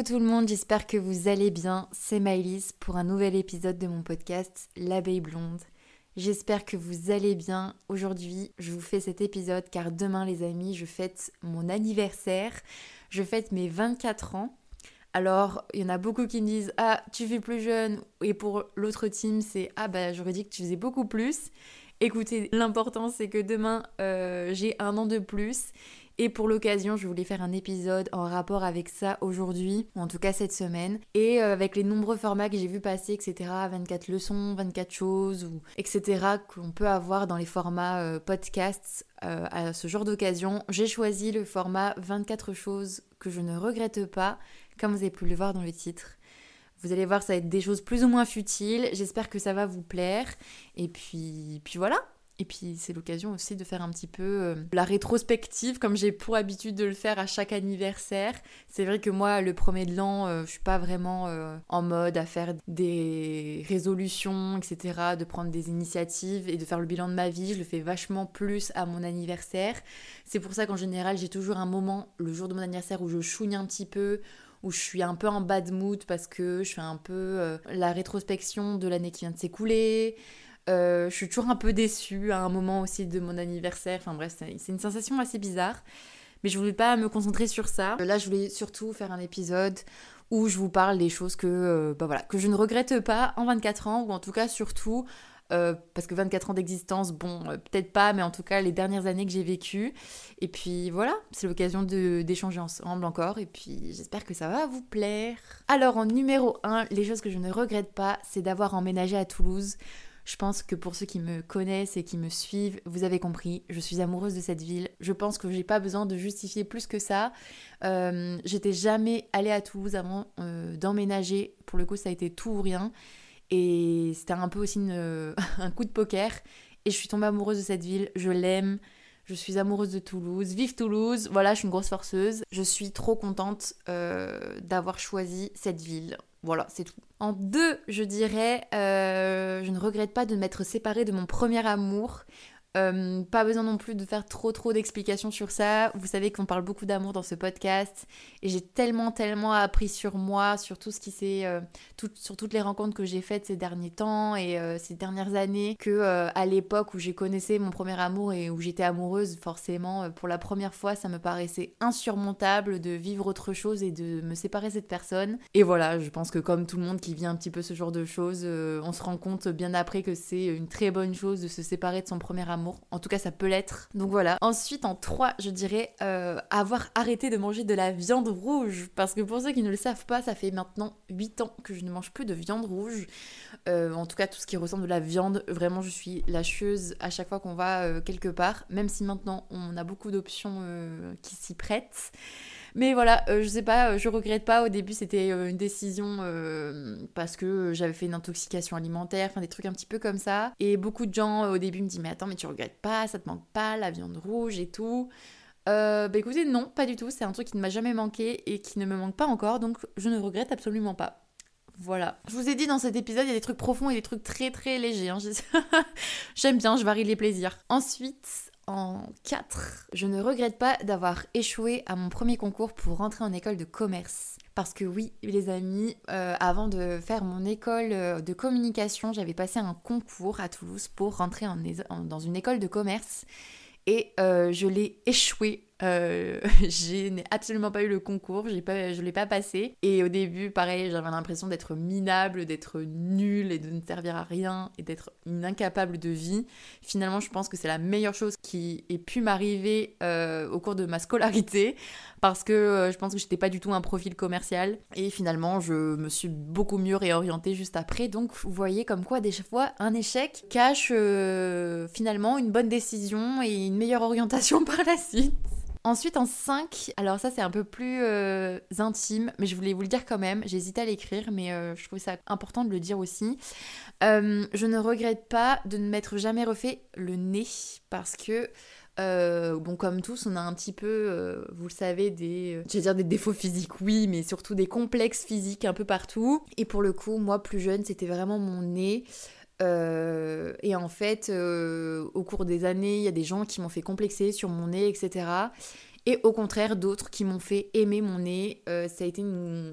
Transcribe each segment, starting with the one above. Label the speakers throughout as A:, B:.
A: tout le monde, j'espère que vous allez bien. C'est Maëlys pour un nouvel épisode de mon podcast L'abeille blonde. J'espère que vous allez bien. Aujourd'hui, je vous fais cet épisode car demain les amis, je fête mon anniversaire. Je fête mes 24 ans. Alors, il y en a beaucoup qui me disent « Ah, tu fais plus jeune » et pour l'autre team, c'est « Ah bah j'aurais dit que tu faisais beaucoup plus ». Écoutez, l'important c'est que demain, j'ai un an de plus. Et pour l'occasion, je voulais faire un épisode en rapport avec ça aujourd'hui, ou en tout cas cette semaine. Et avec les nombreux formats que j'ai vu passer, etc. 24 leçons, 24 choses, ou etc. qu'on peut avoir dans les formats podcasts à ce genre d'occasion. J'ai choisi le format 24 choses que je ne regrette pas, comme vous avez pu le voir dans le titre. Vous allez voir, ça va être des choses plus ou moins futiles. J'espère que ça va vous plaire. Et puis voilà. Et puis c'est l'occasion aussi de faire un petit peu la rétrospective, comme j'ai pour habitude de le faire à chaque anniversaire. C'est vrai que moi, le premier de l'an, je suis pas vraiment en mode à faire des résolutions, etc., de prendre des initiatives et de faire le bilan de ma vie. Je le fais vachement plus à mon anniversaire. C'est pour ça qu'en général, j'ai toujours un moment, le jour de mon anniversaire, où je chouine un petit peu, où je suis un peu en bad mood parce que je fais un peu la rétrospection de l'année qui vient de s'écouler. Je suis toujours un peu déçue à un moment aussi de mon anniversaire. Enfin bref, c'est une sensation assez bizarre. Mais je voulais pas me concentrer sur ça. Là, je voulais surtout faire un épisode où je vous parle des choses que je ne regrette pas en 24 ans, ou en tout cas surtout, parce que 24 ans d'existence, peut-être pas, mais en tout cas les dernières années que j'ai vécues. Et puis voilà, c'est l'occasion d'échanger ensemble encore, et puis j'espère que ça va vous plaire. Alors en numéro 1, les choses que je ne regrette pas, c'est d'avoir emménagé à Toulouse. Je pense que pour ceux qui me connaissent et qui me suivent, vous avez compris, je suis amoureuse de cette ville. Je pense que j'ai pas besoin de justifier plus que ça. J'étais jamais allée à Toulouse avant d'emménager. Pour le coup, ça a été tout ou rien. Et c'était un peu aussi un coup de poker. Et je suis tombée amoureuse de cette ville, je l'aime. Je suis amoureuse de Toulouse. Vive Toulouse! Voilà, je suis une grosse forceuse. Je suis trop contente d'avoir choisi cette ville. Voilà, c'est tout. En 2, je dirais, je ne regrette pas de m'être séparée de mon premier amour. Pas besoin non plus de faire trop d'explications sur ça. Vous savez qu'on parle beaucoup d'amour dans ce podcast et j'ai tellement appris sur moi, sur tout ce qui s'est, sur toutes les rencontres que j'ai faites ces derniers temps et ces dernières années, que à l'époque où j'ai connaissé mon premier amour et où j'étais amoureuse, forcément pour la première fois, ça me paraissait insurmontable de vivre autre chose et de me séparer de cette personne. Et voilà, je pense que comme tout le monde qui vit un petit peu ce genre de choses, on se rend compte bien après que c'est une très bonne chose de se séparer de son premier amour. En tout cas, ça peut l'être. Donc voilà. Ensuite, en 3, je dirais avoir arrêté de manger de la viande rouge. Parce que pour ceux qui ne le savent pas, ça fait maintenant 8 ans que je ne mange plus de viande rouge. En tout cas, tout ce qui ressemble de la viande, vraiment, je suis la chieuse à chaque fois qu'on va quelque part. Même si maintenant, on a beaucoup d'options qui s'y prêtent. Mais voilà, je sais pas, je regrette pas. Au début, c'était une décision parce que j'avais fait une intoxication alimentaire, enfin des trucs un petit peu comme ça. Et beaucoup de gens au début me disent « Mais attends, mais tu regrettes pas, ça te manque pas, la viande rouge et tout ?» Écoutez, non, pas du tout. C'est un truc qui ne m'a jamais manqué et qui ne me manque pas encore, donc je ne regrette absolument pas. Voilà. Je vous ai dit dans cet épisode, il y a des trucs profonds et des trucs très légers. Hein. J'aime bien, je varie les plaisirs. Ensuite, en 4, je ne regrette pas d'avoir échoué à mon premier concours pour rentrer en école de commerce. Parce que oui, les amis, avant de faire mon école de communication, j'avais passé un concours à Toulouse pour rentrer dans une école de commerce. Et je l'ai échoué. Je n'ai absolument pas eu le concours, je l'ai pas passé. Et au début, pareil, j'avais l'impression d'être minable, d'être nulle et de ne servir à rien et d'être une incapable de vie. Finalement, je pense que c'est la meilleure chose qui ait pu m'arriver au cours de ma scolarité parce que je pense que j'étais pas du tout un profil commercial. Et finalement, je me suis beaucoup mieux réorientée juste après. Donc, vous voyez comme quoi, des fois, un échec cache finalement une bonne décision et une meilleure orientation par la suite. Ensuite, en 5, alors ça c'est un peu plus intime, mais je voulais vous le dire quand même, j'hésitais à l'écrire, mais je trouvais ça important de le dire aussi. Je ne regrette pas de ne m'être jamais refait le nez, parce que, comme tous, on a un petit peu, vous le savez, des défauts physiques, oui, mais surtout des complexes physiques un peu partout. Et pour le coup, moi, plus jeune, c'était vraiment mon nez. Et en fait, au cours des années, il y a des gens qui m'ont fait complexer sur mon nez, etc. Et au contraire, d'autres qui m'ont fait aimer mon nez. Ça a été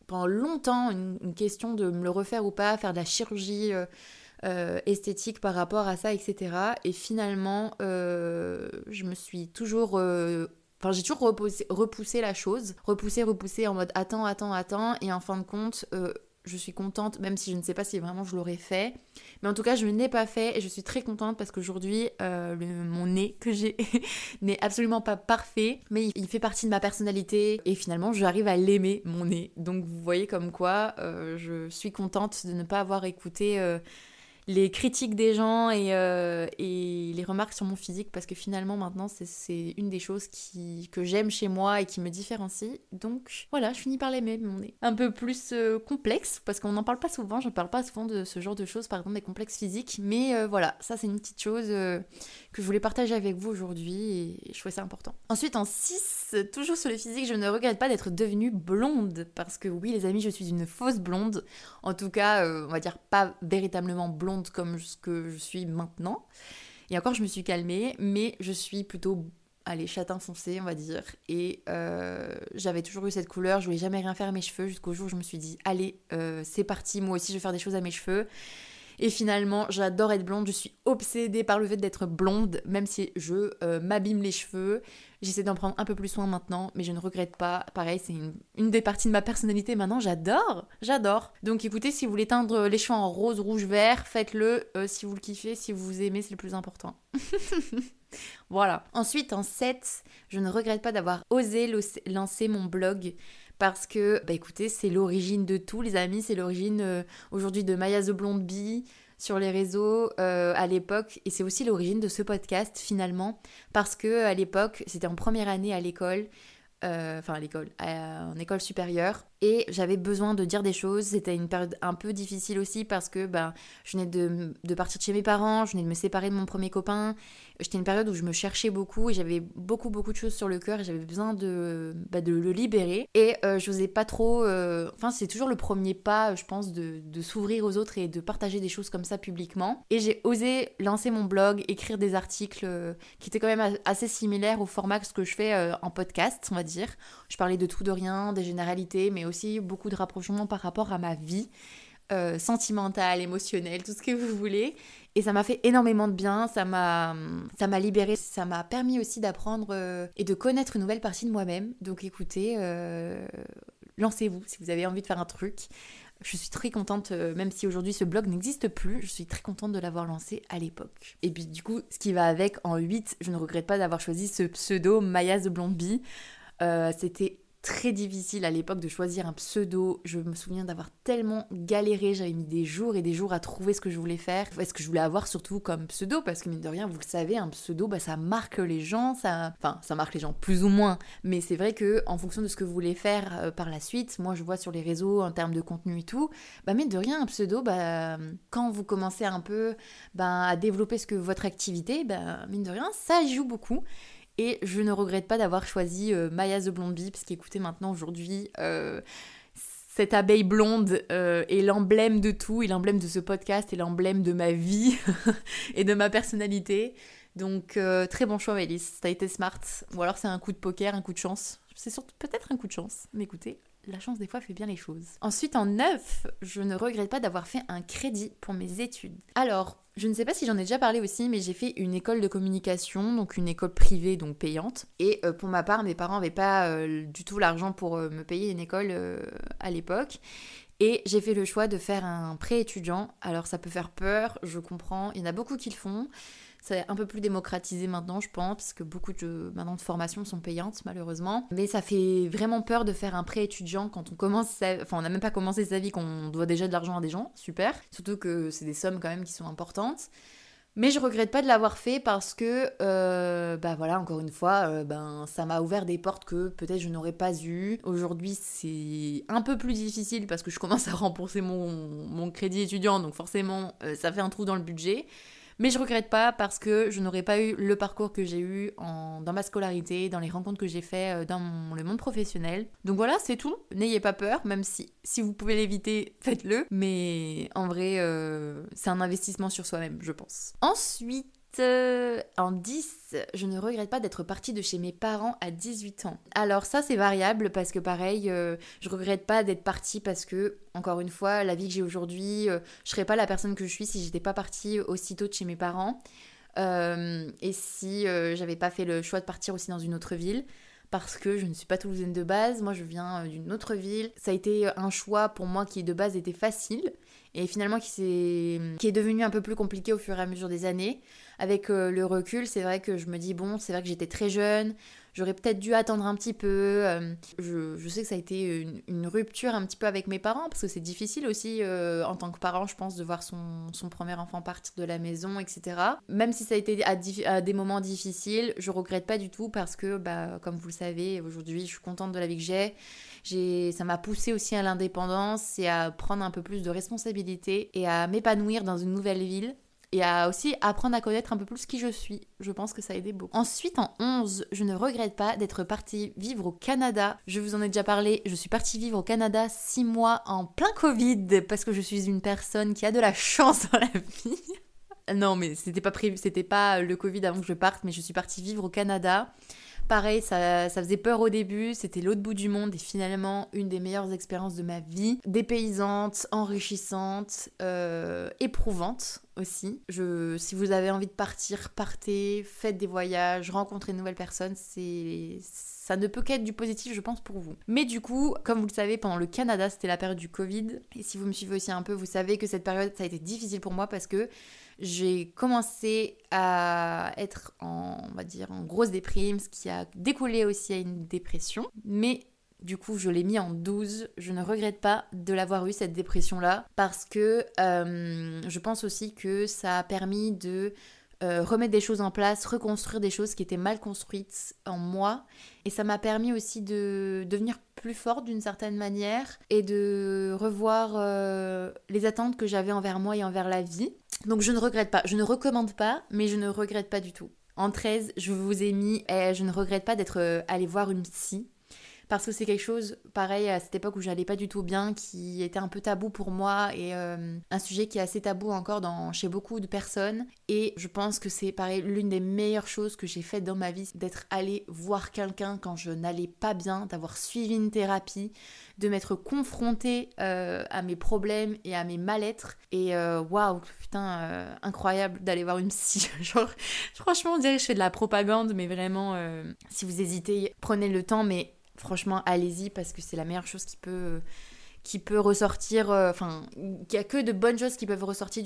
A: pendant longtemps une question de me le refaire ou pas, faire de la chirurgie esthétique par rapport à ça, etc. Et finalement, je me suis toujours... j'ai toujours repoussé la chose, repoussé en mode attends, et en fin de compte, je suis contente, même si je ne sais pas si vraiment je l'aurais fait. Mais en tout cas, je ne l'ai pas fait et je suis très contente parce qu'aujourd'hui, mon nez que j'ai n'est absolument pas parfait, mais il fait partie de ma personnalité et finalement, j'arrive à l'aimer, mon nez. Donc, vous voyez comme quoi, je suis contente de ne pas avoir écouté les critiques des gens et les remarques sur mon physique parce que finalement maintenant c'est une des choses que j'aime chez moi et qui me différencie. Donc voilà, je finis par l'aimer, mon nez. Un peu plus complexe parce qu'on n'en parle pas souvent, je ne parle pas souvent de ce genre de choses, par exemple des complexes physiques, mais voilà, ça c'est une petite chose que je voulais partager avec vous aujourd'hui et je trouvais ça important. Ensuite en 6, toujours sur le physique, je ne regrette pas d'être devenue blonde parce que oui les amis, je suis une fausse blonde, en tout cas on va dire pas véritablement blonde comme ce que je suis maintenant. Et encore, je me suis calmée, mais je suis plutôt, châtain foncé, on va dire. Et j'avais toujours eu cette couleur, je voulais jamais rien faire à mes cheveux, jusqu'au jour où je me suis dit, allez, c'est parti, moi aussi je vais faire des choses à mes cheveux. Et finalement, j'adore être blonde, je suis obsédée par le fait d'être blonde, même si je m'abîme les cheveux. J'essaie d'en prendre un peu plus soin maintenant, mais je ne regrette pas. Pareil, c'est une des parties de ma personnalité maintenant, j'adore. Donc écoutez, si vous voulez teindre les cheveux en rose, rouge, vert, faites-le. Si vous le kiffez, si vous aimez, c'est le plus important. Voilà. Ensuite, en 7, je ne regrette pas d'avoir osé lancer mon blog. Parce que, écoutez, c'est l'origine de tout, les amis. C'est l'origine aujourd'hui de Maya the Blonde Bee sur les réseaux à l'époque. Et c'est aussi l'origine de ce podcast, finalement. Parce que à l'époque, c'était en première année à l'école. En école supérieure. Et j'avais besoin de dire des choses. C'était une période un peu difficile aussi parce que je venais de partir de chez mes parents, je venais de me séparer de mon premier copain. J'étais une période où je me cherchais beaucoup et j'avais beaucoup de choses sur le cœur et j'avais besoin de le libérer. Et je n'osais pas trop... c'est toujours le premier pas, je pense, de s'ouvrir aux autres et de partager des choses comme ça publiquement. Et j'ai osé lancer mon blog, écrire des articles qui étaient quand même assez similaires au format que ce que je fais en podcast, on va dire. Je parlais de tout, de rien, des généralités, mais aussi beaucoup de rapprochements par rapport à ma vie sentimentale, émotionnelle, tout ce que vous voulez. Et ça m'a fait énormément de bien, ça m'a libérée, ça m'a permis aussi d'apprendre et de connaître une nouvelle partie de moi-même. Donc écoutez, lancez-vous si vous avez envie de faire un truc. Je suis très contente, même si aujourd'hui ce blog n'existe plus, je suis très contente de l'avoir lancé à l'époque. Et puis du coup, ce qui va avec, en 8, je ne regrette pas d'avoir choisi ce pseudo Maya the Blonde Bee. C'était très difficile à l'époque de choisir un pseudo. Je me souviens d'avoir tellement galéré, j'avais mis des jours et des jours à trouver ce que je voulais faire, ce que je voulais avoir surtout comme pseudo, parce que mine de rien, vous le savez, un pseudo, ça marque les gens, ça marque les gens plus ou moins, mais c'est vrai que en fonction de ce que vous voulez faire par la suite, moi je vois sur les réseaux en termes de contenu et tout, mine de rien, un pseudo, quand vous commencez un peu à développer votre activité, mine de rien, ça y joue beaucoup. Et je ne regrette pas d'avoir choisi Maya the Blonde Bee, parce qu'écoutez, maintenant, aujourd'hui, cette abeille blonde est l'emblème de tout, et l'emblème de ce podcast, et l'emblème de ma vie et de ma personnalité. Donc, très bon choix, Maëlys. T'as été smart. Ou alors c'est un coup de poker, un coup de chance. C'est surtout peut-être un coup de chance. Mais écoutez, la chance des fois fait bien les choses. Ensuite, en 9, je ne regrette pas d'avoir fait un crédit pour mes études. Alors, je ne sais pas si j'en ai déjà parlé aussi, mais j'ai fait une école de communication, donc une école privée, donc payante. Et pour ma part, mes parents n'avaient pas du tout l'argent pour me payer une école à l'époque. Et j'ai fait le choix de faire un prêt étudiant. Alors ça peut faire peur, je comprends, il y en a beaucoup qui le font. C'est un peu plus démocratisé maintenant, je pense, parce que beaucoup de formations sont payantes, malheureusement. Mais ça fait vraiment peur de faire un prêt étudiant quand on n'a même pas commencé sa vie, qu'on doit déjà de l'argent à des gens, super. Surtout que c'est des sommes quand même qui sont importantes. Mais je regrette pas de l'avoir fait parce que, encore une fois, ça m'a ouvert des portes que peut-être je n'aurais pas eues. Aujourd'hui, c'est un peu plus difficile parce que je commence à rembourser mon crédit étudiant, donc forcément, ça fait un trou dans le budget. Mais je regrette pas parce que je n'aurais pas eu le parcours que j'ai eu dans ma scolarité, dans les rencontres que j'ai fait dans le monde professionnel. Donc voilà, c'est tout. N'ayez pas peur, même si vous pouvez l'éviter, faites-le. Mais en vrai, c'est un investissement sur soi-même, je pense. Ensuite, En 10, je ne regrette pas d'être partie de chez mes parents à 18 ans. Alors ça c'est variable parce que pareil, je regrette pas d'être partie parce que, encore une fois, la vie que j'ai aujourd'hui, je serais pas la personne que je suis si j'étais pas partie aussitôt de chez mes parents. Et si j'avais pas fait le choix de partir aussi dans une autre ville. Parce que je ne suis pas toulousaine de base, moi je viens d'une autre ville. Ça a été un choix pour moi qui de base était facile et finalement qui est devenu un peu plus compliqué au fur et à mesure des années. Avec le recul, c'est vrai que je me dis bon, c'est vrai que j'étais très jeune, j'aurais peut-être dû attendre un petit peu. Je sais que ça a été une rupture un petit peu avec mes parents parce que c'est difficile aussi en tant que parent, je pense, de voir son premier enfant partir de la maison, etc. Même si ça a été à des moments difficiles, je regrette pas du tout parce que, comme vous le savez, aujourd'hui, je suis contente de la vie que j'ai. Ça m'a poussée aussi à l'indépendance et à prendre un peu plus de responsabilité et à m'épanouir dans une nouvelle ville. Et à aussi apprendre à connaître un peu plus qui je suis. Je pense que ça a aidé beaucoup. Ensuite, en 11, je ne regrette pas d'être partie vivre au Canada. Je vous en ai déjà parlé, je suis partie vivre au Canada 6 mois en plein Covid parce que je suis une personne qui a de la chance dans la vie. Non, mais c'était pas prévu, c'était pas le Covid avant que je parte, mais je suis partie vivre au Canada. Pareil, ça faisait peur au début, c'était l'autre bout du monde et finalement une des meilleures expériences de ma vie. Dépaysante, enrichissante, éprouvante aussi. Si vous avez envie de partir, partez, faites des voyages, rencontrez de nouvelles personnes, ça ne peut qu'être du positif, je pense, pour vous. Mais du coup, comme vous le savez, pendant le Canada, c'était la période du Covid. Et si vous me suivez aussi un peu, vous savez que cette période, ça a été difficile pour moi parce que j'ai commencé à être en grosse déprime, ce qui a découlé aussi à une dépression. Mais du coup, je l'ai mis en 12. Je ne regrette pas de l'avoir eu, cette dépression-là, parce que je pense aussi que ça a permis de remettre des choses en place, reconstruire des choses qui étaient mal construites en moi. Et ça m'a permis aussi de devenir plus forte d'une certaine manière et de revoir les attentes que j'avais envers moi et envers la vie. Donc je ne regrette pas, je ne recommande pas, mais je ne regrette pas du tout. En 13, je vous ai mis, je ne regrette pas d'être allée voir une psy. Parce que c'est quelque chose, pareil, à cette époque où j'allais pas du tout bien, qui était un peu tabou pour moi et un sujet qui est assez tabou encore chez beaucoup de personnes. Et je pense que c'est, pareil, l'une des meilleures choses que j'ai faites dans ma vie, c'est d'être allée voir quelqu'un quand je n'allais pas bien, d'avoir suivi une thérapie, de m'être confrontée à mes problèmes et à mes mal-être. Et waouh, putain, incroyable d'aller voir une psy. Genre, franchement, on dirait que je fais de la propagande, mais vraiment, si vous hésitez, prenez le temps, mais franchement, allez-y parce que c'est la meilleure chose qui peut ressortir. Il n'y a que de bonnes choses qui peuvent ressortir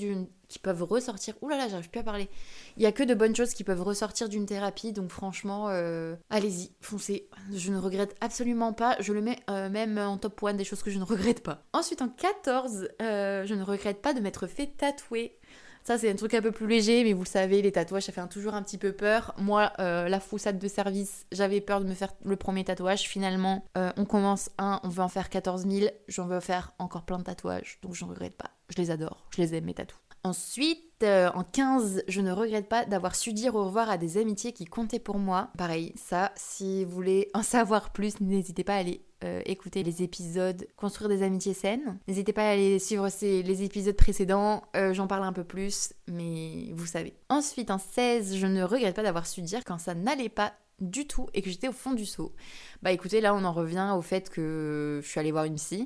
A: Ouh là là, j'arrive plus à parler. Il y a que de bonnes choses qui peuvent ressortir d'une thérapie, donc franchement, allez-y, foncez. Je ne regrette absolument pas. Je le mets même en top 1 des choses que je ne regrette pas. Ensuite, en 14, je ne regrette pas de m'être fait tatouer. Ça, c'est un truc un peu plus léger, mais vous le savez, les tatouages, ça fait toujours un petit peu peur. Moi, la froussade de service, j'avais peur de me faire le premier tatouage. Finalement, on commence on veut en faire 14 000. J'en veux faire encore plein de tatouages, donc je ne regrette pas. Je les adore, je les aime, mes tatous. Ensuite, en 15, je ne regrette pas d'avoir su dire au revoir à des amitiés qui comptaient pour moi. Pareil, ça, si vous voulez en savoir plus, n'hésitez pas à aller écouter les épisodes Construire des amitiés saines. N'hésitez pas à aller suivre les épisodes précédents, j'en parle un peu plus, mais vous savez. Ensuite, en 16, je ne regrette pas d'avoir su dire quand ça n'allait pas du tout et que j'étais au fond du seau. Écoutez, là on en revient au fait que je suis allée voir une psy.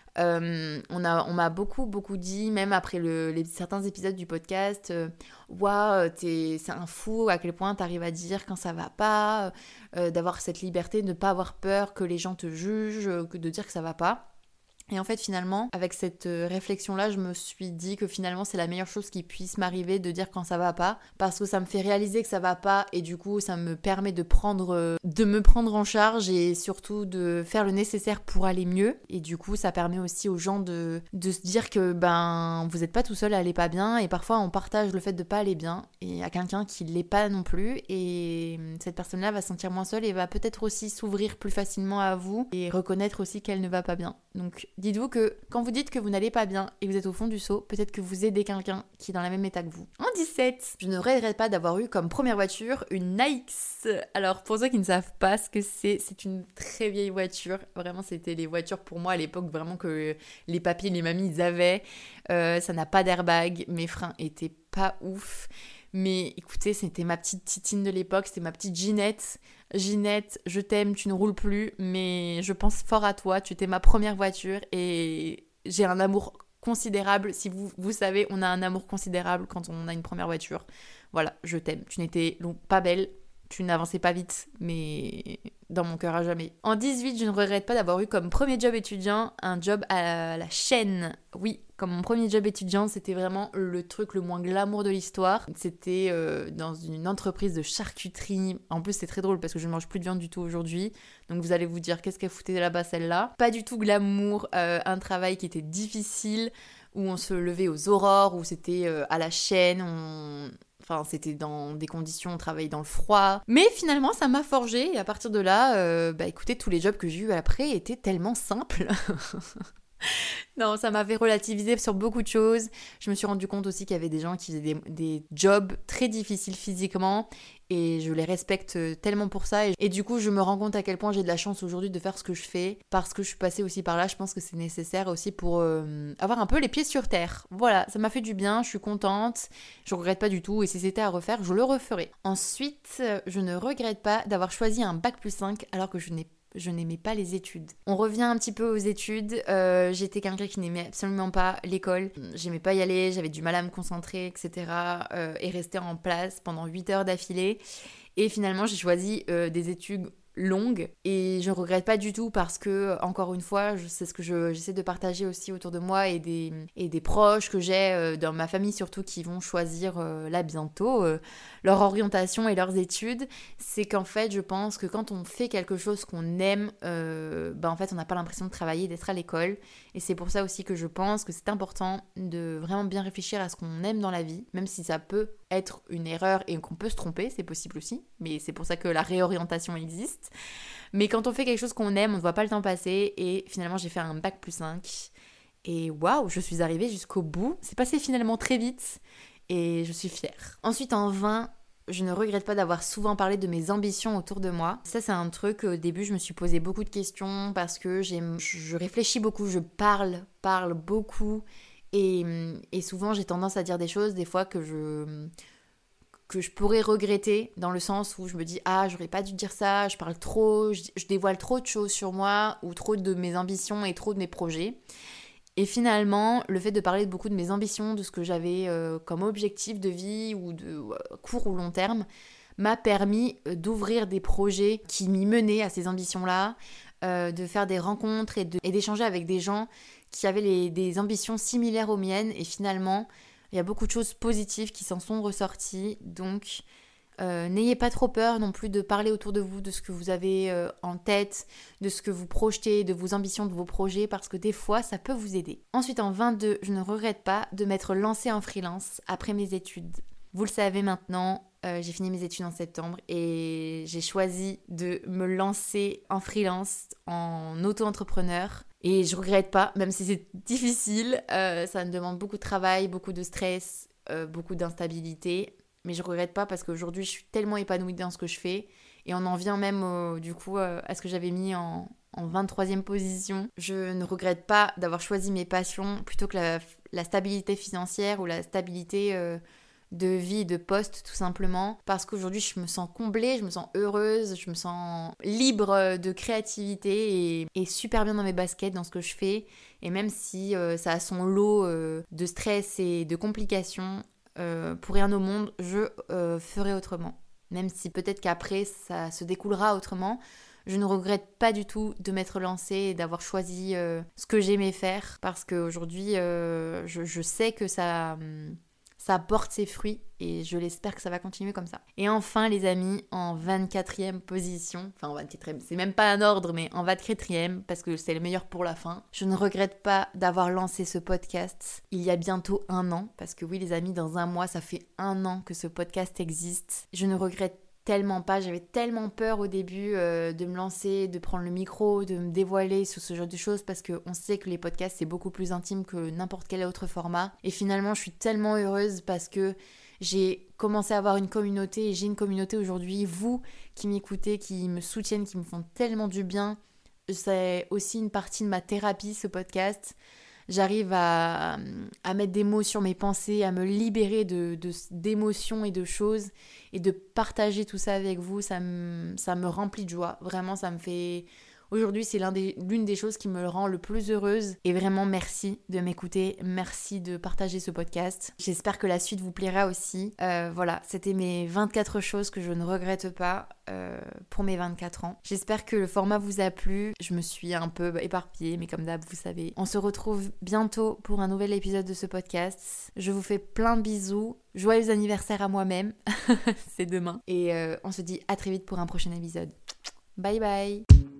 A: On m'a beaucoup dit, même après certains épisodes du podcast, waouh, c'est un fou à quel point t'arrives à dire quand ça va pas, d'avoir cette liberté de ne pas avoir peur que les gens te jugent, que de dire que ça va pas. Et en fait, finalement, avec cette réflexion-là, je me suis dit que finalement, c'est la meilleure chose qui puisse m'arriver de dire quand ça va pas, parce que ça me fait réaliser que ça va pas, et du coup, ça me permet de me prendre en charge et surtout de faire le nécessaire pour aller mieux. Et du coup, ça permet aussi aux gens de se dire que vous n'êtes pas tout seul à aller pas bien, et parfois on partage le fait de pas aller bien et à quelqu'un qui l'est pas non plus, et cette personne-là va se sentir moins seule et va peut-être aussi s'ouvrir plus facilement à vous et reconnaître aussi qu'elle ne va pas bien. Donc dites-vous que quand vous dites que vous n'allez pas bien et que vous êtes au fond du seau, peut-être que vous aidez quelqu'un qui est dans la même état que vous. En 17, je ne regrette pas d'avoir eu comme première voiture une NX. Alors pour ceux qui ne savent pas ce que c'est une très vieille voiture. Vraiment, c'était les voitures pour moi à l'époque vraiment que les papis et les mamies ils avaient. Ça n'a pas d'airbag, mes freins étaient pas ouf. Mais écoutez, c'était ma petite Titine de l'époque, c'était ma petite Ginette. Ginette, je t'aime, tu ne roules plus, mais je pense fort à toi, tu étais ma première voiture et j'ai un amour considérable. Si vous savez, on a un amour considérable quand on a une première voiture. Voilà, je t'aime. Tu n'étais donc pas belle, tu n'avançais pas vite, mais dans mon cœur à jamais. En 18, je ne regrette pas d'avoir eu comme premier job étudiant un job à la chaîne. Oui, comme mon premier job étudiant, c'était vraiment le truc le moins glamour de l'histoire. C'était dans une entreprise de charcuterie. En plus, c'est très drôle parce que je ne mange plus de viande du tout aujourd'hui. Donc vous allez vous dire, qu'est-ce qu'elle foutait là-bas celle-là? Pas du tout glamour, un travail qui était difficile, où on se levait aux aurores, où c'était à la chaîne, Enfin, c'était dans des conditions, on travaillait dans le froid. Mais finalement, ça m'a forgé. Et à partir de là, écoutez, tous les jobs que j'ai eus après étaient tellement simples. Non, ça m'avait relativisé sur beaucoup de choses. Je me suis rendu compte aussi qu'il y avait des gens qui faisaient des jobs très difficiles physiquement et je les respecte tellement pour ça. Et du coup, je me rends compte à quel point j'ai de la chance aujourd'hui de faire ce que je fais parce que je suis passée aussi par là. Je pense que c'est nécessaire aussi pour avoir un peu les pieds sur terre. Voilà, ça m'a fait du bien, je suis contente, je regrette pas du tout et si c'était à refaire, je le referais. Ensuite, je ne regrette pas d'avoir choisi un bac+5 alors que je n'aimais pas les études. On revient un petit peu aux études. J'étais quelqu'un qui n'aimait absolument pas l'école. J'aimais pas y aller, j'avais du mal à me concentrer, etc. Et rester en place pendant 8 heures d'affilée. Et finalement, j'ai choisi des études longues et je regrette pas du tout parce que, encore une fois, c'est ce que j'essaie de partager aussi autour de moi et des proches que j'ai dans ma famille surtout qui vont choisir là bientôt leur orientation et leurs études. C'est qu'en fait, je pense que quand on fait quelque chose qu'on aime, en fait, on n'a pas l'impression de travailler, d'être à l'école. Et c'est pour ça aussi que je pense que c'est important de vraiment bien réfléchir à ce qu'on aime dans la vie, même si ça peut être une erreur et qu'on peut se tromper, c'est possible aussi, mais c'est pour ça que la réorientation existe. Mais quand on fait quelque chose qu'on aime, on ne voit pas le temps passer et finalement j'ai fait un bac+5 et waouh, je suis arrivée jusqu'au bout. C'est passé finalement très vite et je suis fière. Ensuite en 20, je ne regrette pas d'avoir souvent parlé de mes ambitions autour de moi. Ça, c'est un truc, au début, je me suis posé beaucoup de questions parce que je réfléchis beaucoup, je parle beaucoup. Et souvent, j'ai tendance à dire des choses, des fois, que je pourrais regretter, dans le sens où je me dis « Ah, j'aurais pas dû dire ça, je parle trop, je dévoile trop de choses sur moi, ou trop de mes ambitions et trop de mes projets. » Et finalement, le fait de parler beaucoup de mes ambitions, de ce que j'avais comme objectif de vie ou de court ou long terme, m'a permis d'ouvrir des projets qui m'y menaient à ces ambitions-là, de faire des rencontres et d'échanger avec des gens qui avaient des ambitions similaires aux miennes. Et finalement, il y a beaucoup de choses positives qui s'en sont ressorties. Donc, n'ayez pas trop peur non plus de parler autour de vous de ce que vous avez en tête, de ce que vous projetez, de vos ambitions, de vos projets, parce que des fois, ça peut vous aider. Ensuite, en 22, je ne regrette pas de m'être lancée en freelance après mes études. Vous le savez maintenant, j'ai fini mes études en septembre et j'ai choisi de me lancer en freelance, en auto-entrepreneur. Et je regrette pas, même si c'est difficile, ça me demande beaucoup de travail, beaucoup de stress, beaucoup d'instabilité. Mais je regrette pas parce qu'aujourd'hui, je suis tellement épanouie dans ce que je fais. Et on en vient même, à ce que j'avais mis en 23e position. Je ne regrette pas d'avoir choisi mes passions plutôt que la stabilité financière ou la stabilité de vie, de poste, tout simplement. Parce qu'aujourd'hui, je me sens comblée, je me sens heureuse, je me sens libre de créativité et super bien dans mes baskets, dans ce que je fais. Et même si ça a son lot de stress et de complications, pour rien au monde, je ferai autrement. Même si peut-être qu'après, ça se découlera autrement. Je ne regrette pas du tout de m'être lancée et d'avoir choisi ce que j'aimais faire. Parce qu'aujourd'hui, je sais que ça porte ses fruits et je l'espère que ça va continuer comme ça. Et enfin, les amis, en 24e position, enfin en 24e, c'est même pas un ordre, mais en 24e, parce que c'est le meilleur pour la fin, je ne regrette pas d'avoir lancé ce podcast il y a bientôt 1 an, parce que oui les amis, dans 1 mois, ça fait 1 an que ce podcast existe. Je ne regrette tellement pas, j'avais tellement peur au début de me lancer, de prendre le micro, de me dévoiler sur ce genre de choses parce qu'on sait que les podcasts c'est beaucoup plus intime que n'importe quel autre format et finalement je suis tellement heureuse parce que j'ai commencé à avoir une communauté et j'ai une communauté aujourd'hui, vous qui m'écoutez, qui me soutiennent, qui me font tellement du bien. C'est aussi une partie de ma thérapie ce podcast. j'arrive à mettre des mots sur mes pensées, à me libérer d'émotions et de choses, et de partager tout ça avec vous, ça me remplit de joie. Vraiment, ça me fait... Aujourd'hui, c'est l'une des choses qui me rend le plus heureuse. Et vraiment, merci de m'écouter. Merci de partager ce podcast. J'espère que la suite vous plaira aussi. Voilà, c'était mes 24 choses que je ne regrette pas pour mes 24 ans. J'espère que le format vous a plu. Je me suis un peu éparpillée, mais comme d'hab, vous savez. On se retrouve bientôt pour un nouvel épisode de ce podcast. Je vous fais plein de bisous. Joyeux anniversaire à moi-même. C'est demain. Et on se dit à très vite pour un prochain épisode. Bye bye.